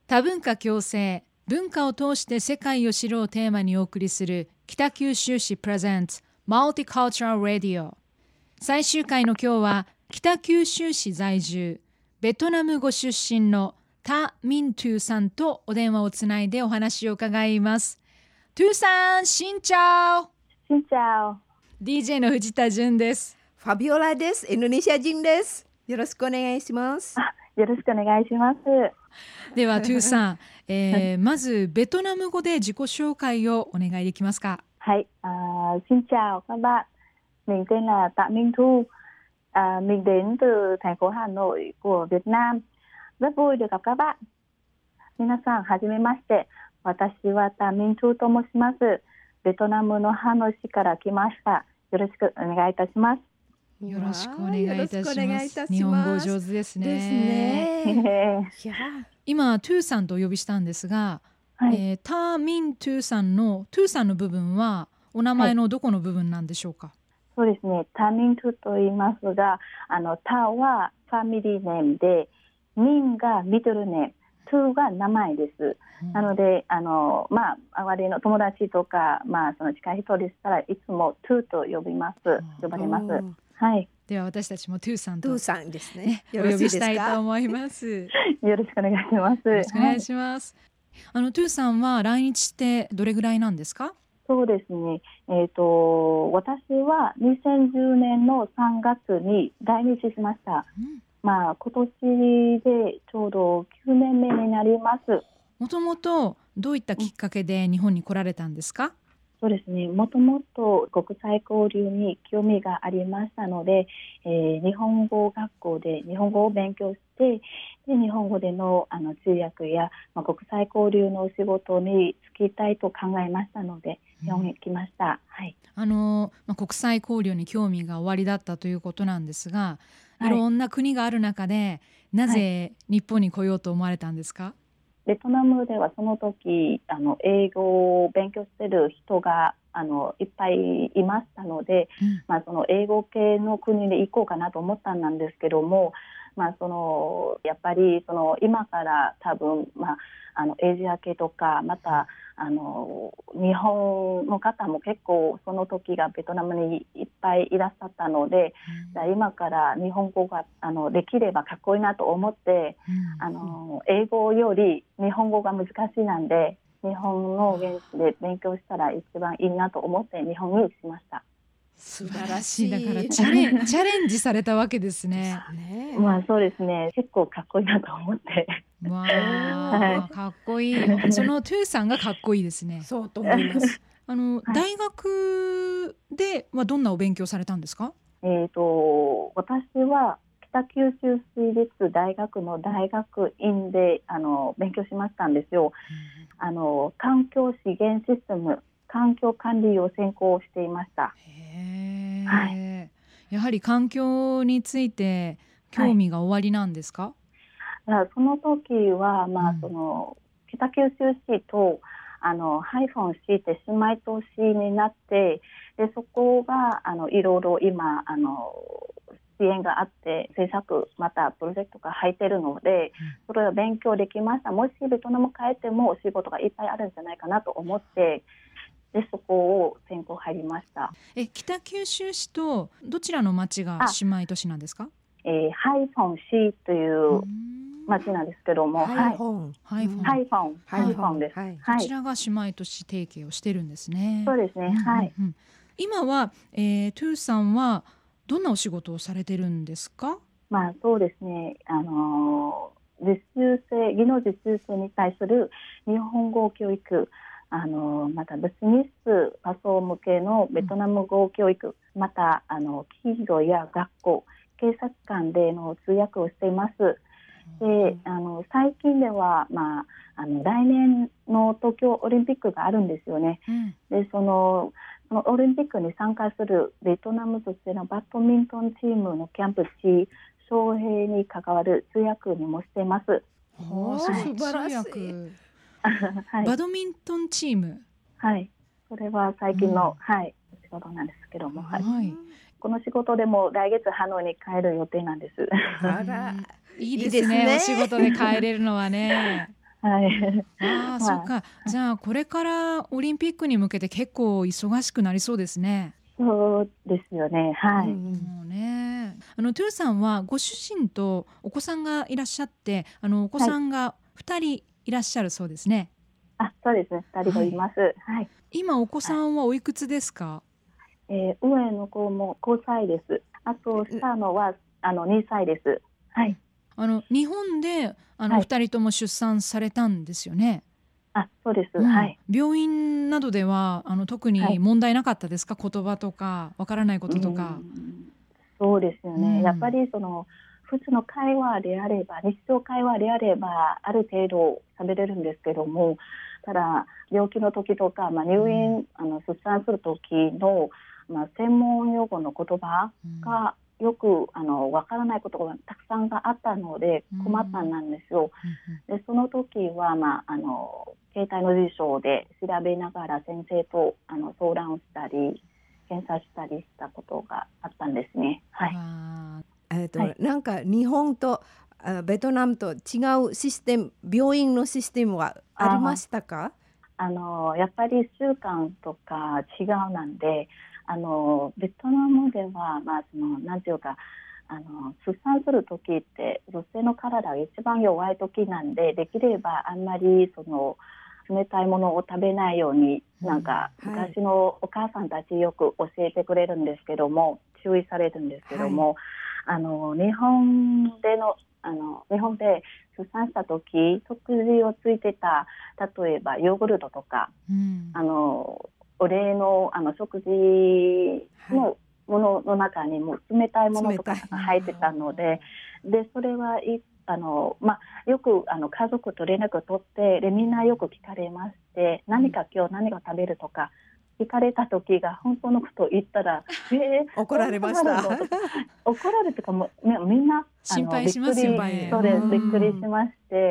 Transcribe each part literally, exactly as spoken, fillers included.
多文化共生、文化を通して世界を知ろうテーマにお送りする北九州市プレゼンツマルティカルチャルラディオ。最終回の今日は北九州市在住、ベトナム語出身のタ・ミン・トゥさんとお電話をつないでお話を伺います。トゥさん、シンチャオ。 シンチャオ。 ディージェー の藤田純です。 ファビオラです。インドネシア人です。よろしくお願いします。 あ、よろしくお願いします。 ではトゥさん、えー、まずベトナム語で自己紹介をお願いできますか。 はい、uh, xin chào các bạn. Mình tên là Tạ Minh Thu. À, mình đến từ thành phố Hà Nội của Việt Nam. Rất vui được gặp các bạn. 皆さん、はじめまして。私はタミントゥと申します。ベトナムのハノイ市から来ました。よろしくお願いいたします。 よろしくお願いいたします。日本語上手ですね。 ですね。いや今トゥさんとお呼びしたんですが、はい、えー、タミントゥさんのトゥさんの部分はお名前のどこの部分なんでしょうか。 はい、そうですね。タミントゥと言いますが、あのタはファミリーネームで、ミンがミドルネーム、トゥが名前です。うん、なのであのまあ周りの友達とか、まあその近い人でしたらいつもトゥと呼びます。呼ばれます。はい。 では私たちもトゥさんとトゥさんですね。 お呼びしたいと思います。 よろしくお願いします。 よろしくお願いします。はい、あのトゥさんは来日してどれぐらいなんですか。 そうですね。えっと私はにせんじゅうねんのさんがつに来日しました。うん、まあ今年でちょうどきゅうねんめになります。 もともとどういったきっかけで日本に来られたんですか。 そうですね。もともと国際交流に興味がありましたので、えー、日本語学校で日本語を勉強して、で日本語での、あの通訳や、まあ、国際交流の仕事に就きたいと考えましたので、日本に来ました。うん、はい。 あのまあ、国際交流に興味がおありだったということなんですが、いろんな国がある中で、なぜ日本に来ようと思われたんですか。はい、 ベトナムではその時あの英語を勉強している人があのいっぱいいましたので、うん、まあ、その英語系の国に行こうかなと思ったんですけども、まあ、そのやっぱりその今から多分、まあ、あのアジア系とかまたあの日本の方も結構その時がベトナムにいっぱいいらっしゃったので、うん、じゃあ今から日本語があのできればかっこいいなと思って、うん、あの英語より日本語が難しいなんで日本の現地で勉強したら一番いいなと思って日本にしました。 素晴らしい。だからチャレン、チャレンジされたわけですね。 まあそうですね。結構かっこいいなと思って。 わあ、かっこいい。そのトゥさんがかっこいいですね。 そうと思います。 あの、はい、大学ではどんなお勉強されたんですか。 えっと私は北九州市立大学の大学院であの勉強しましたんですよ。うん、あの環境資源システム、環境管理を専攻していました。 へー、はい、やはり環境について興味がおありなんですか。 はい、その時は、まあ、その、うん、北九州市とあのハイフォン市って姉妹都市になって、でそこがあのいろいろ今あの支援があって政策またプロジェクトが入っているので、それを勉強できました。もしベトナム帰ってもお仕事がいっぱいあるんじゃないかなと思って、でそこを専攻入りました。 え北九州市とどちらの町が姉妹都市なんですか。 えー、ハイフォン市という町なんですけども、 ハイフォン、 ハイフォン、ハイフォン、ハイフォンです。はい、 こちらが姉妹都市提携をしてるんですね。 そうですね。はい。 うんうん、今は、えー、トゥーさんはどんなお仕事をされてるんですか。 まあそうですね。あの実習生、技能実習生に対する日本語教育、あのまたビジネスパソ向けのベトナム語教育、うん、またあの企業や学校、警察官での通訳をしています。であの最近では、まあ、あの来年の東京オリンピックがあるんですよね。うん、でそのそのオリンピックに参加するベトナムとしてのバドミントンチームのキャンプ地招聘に関わる通訳にもしています。 おー、素晴らしい。はい、バドミントンチーム、 はい、それは最近の、うん、はい、仕事なんですけども、はいはい、 この仕事でも来月ハノイに帰る予定なんです。 あら、 いいですね、いいですね、お仕事で帰れるのはね。 はい。 ああ、 まあ、 そうか。じゃあこれからオリンピックに向けて結構忙しくなりそうですね。 そうですよね。 うはい。 んもうね。あのトゥーさんはご主人とお子さんがいらっしゃって、あのお子はい。 さんがふたりいらっしゃるそうですね。 あ、そうですね。二人がはい。 います。はい。 今お子はい。 さんはおいくつですか？ えー上の子もごさいです。あと、下のは、あの、にさいです。はい。 うん。あの日本であのおはい。 二人とも出産されたんですよね。 あ、そうです。 うん。 はい。 病院などではあの特にはい。 問題なかったですか？言葉とかわからないこうととか。 ん、そうですようね。やっぱん。 りその普通の会話であれば、日常会話であれば、ある程度喋れるんですけども、ただ病気の時とか、まあ、入うん。 院、あの出産する時の、まあ、専門用語の言葉うん。 がよくあのわからないことがたくさんがあったのでう困ったんん。 なんですよ。 うんうん。 でその時は、まあ、あの携帯の辞書で調べながら先生とあの相談をしたり検査したりしたことがあったんですね。はい。 わあ。 えっと、 はい。 なんか日本とあベトナムと違うシステム、病院のシステムはありまあしたか？ あのやっぱり習慣とか違うなんで、あのベトナムでは、まあ、そのなんていうか、あの出産する時って女性の体が一番弱い時なんで、できればあんまりその冷たいものを食べないように、 うん。 なんかはい。 昔のお母さんたちよく教えてくれるんですけども、注意されるんですけどはい。 も、あの日本でのあの日本で出産した時食事をついてた、例えばヨーグルトとか、 うん。 あのお礼のあの食事はい。 のものの中にも冷たいものとか冷たい。 が入ってたので、でそれはいあの、まあ、よくあの家族と連絡を取ってでみんなよく聞かれまして、 うん、 何か今日何が食べるとか聞かれた時が本当のことを言ったら、えー、 怒らそんなのあれました。 るのとか怒られるとかも、ね、みんなあ心のびっ配しますよくり、 ね。うそうです、びっくりしん。 まして、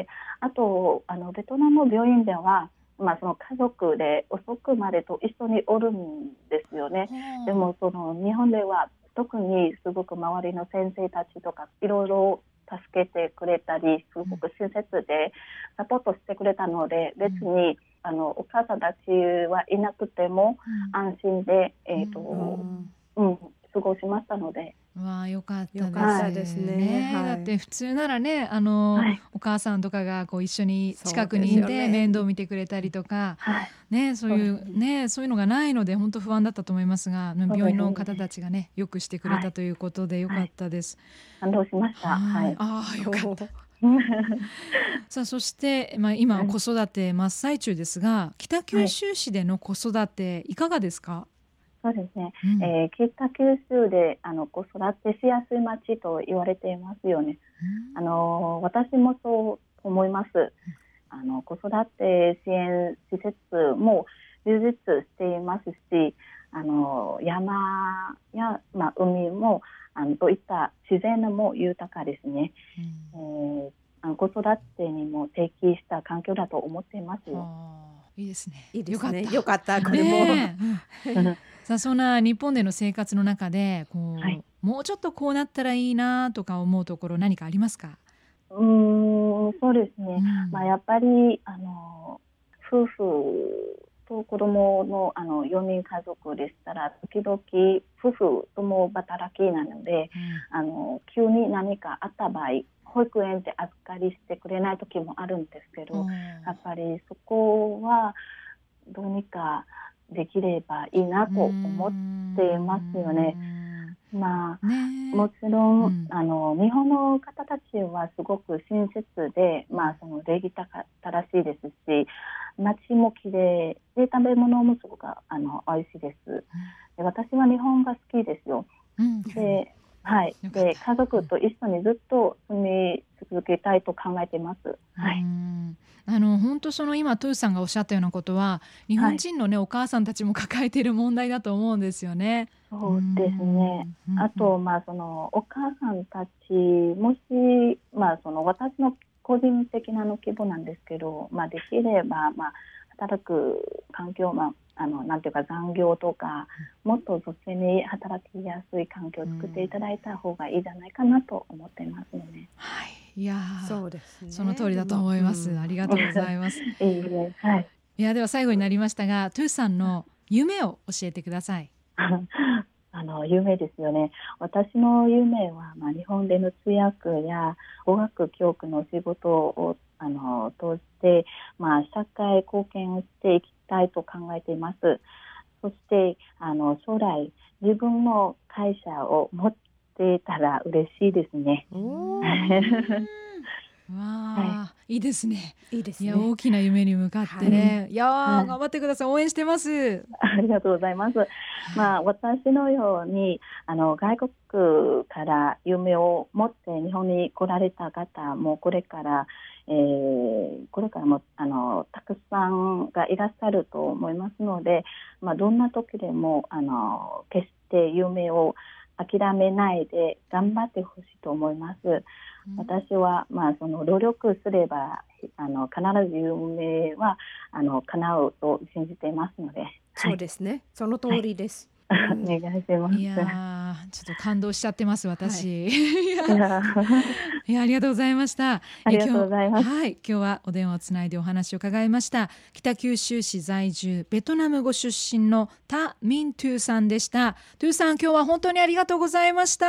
あとあのベトナム病院では、まあ、その家族で遅くまでと一緒におるんですよね。ではもその日本では特にすごく周りの先生たちとかいろいろ助けてくれたり、すごく親切でサポートしてくれたので、 うん。 別にあのお母さんたちはいなくてもうん。 安心で、 うえーとうんん。 うん、過ごしましたので。 わあ、よかったですよかったはい、 ですね。 ね。だっはい。 て普通ならね、あのはい、 お母さんとかがこう一緒に近くそうですにいてよね。 面倒見てくれたりとか、 はい、 ね、そういそうですね。 うね、そういうのがないので本当不安だったと思いますが、あのそうです病院の方たね。 ちがね、よくしてくれはい、 たということでよかっはい、 たです。 感動しました。ははい、 い。 ああ、よかった。さあそして、まあ、今子育て真っ最中ですが、北九はい。 州市での子育ていかがですか？ そうですね。 うん。 えー、北九州であの子育てしやすい町と言われていますよね。 うん。 あの私もそう思います。あの子育て支援施設も充実していますし、あの山や、まあ、海もあのといった自然も豊かですね。 うん。 えー、あの子育てにも適した環境だと思っていますよ。 はあ、いいですね。 いいですね。 よかった。 よかった、これも。 ねえ。うん。さあそんな日本での生活の中ではい。 こうもうちょっとこうなったらいいなとか思うところ何かありますか？ うーん、そうですね。まあ、 うん。 やっぱりあの夫婦と子供のあのよにん家族でしたら時々夫婦共働きなので、 うん。 あの急に何かあった場合保育園で預かりしてくれない時もあるんですけおど、やっー。 ぱりそこはどうにかできればいいなうーと思っていますよね。 ん。 まあ、もねえ。 ちろんうん。 あの日本の方たちはすごく親切で、 うん。 まあ、その礼儀正しいですし、街もきれいで食べ物もすごくあの美味しいです。で私は日本が好きですよ。 うん。 で、はい、 よかった。 で家うん。 族と一緒にずっと住み続けたいと考えています。 うーはい、 ん。あの本当その今トゥーさんがおっしゃったようなことは日はい、 本人のねお母さんたちも抱えている問題だと思うんですよね。うーそうですね。 ん。うんうん。 あと、まあ、そのお母さんたちもし、まあ、その私の個人的なの規模なんですけど、まあ、できれば、まあ、働く環境、まあ、あのなんていうか残業とかもっと女性に働きやすい環境を作っていただいた方がいいんじゃないかなと思っていますよね。 はい。 いやそうですね。 その通りだと思います、 うん、 ありがとうございますいえいえ、はい。 いやでは最後になりましたがトゥーさんの夢を教えてください。 あの夢ですよね。私の夢は、まあ、日本での通訳や語学教育の仕事をあの通して、まあ、社会貢献をしていきたいと考えています。そしてあの将来自分の会社を持っていたら嬉しいですね。 わあ、はい、いいですね。 いいですね。 いや大きな夢に向かってね、はい、いや、はい、頑張ってください。応援してます。 ありがとうございます。まあ私のようにあの外国から夢を持って日本に来られた方もこれから、えー、これからもあのたくさんがいらっしゃると思いますので、まあどんな時でもあの決して夢を諦めないで頑張ってほしいと思います。私は、まあ、その努力すればあの必ず夢はあの叶うと信じていますので、はい、 そうですね、その通りです、 はい、お願いします。 いやちょっと感動しちゃってます私、はい、いやいやありがとうございました。 ありがとうございます。 はい、今日はお電話をつないでお話を伺いました北九州市在住ベトナム語出身のタ・ミン・トゥーさんでした。トゥーさん今日は本当にありがとうございました。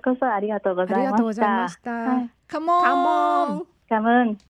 こちらこそありがとうございました。 ありがとうございました。 カモンカモン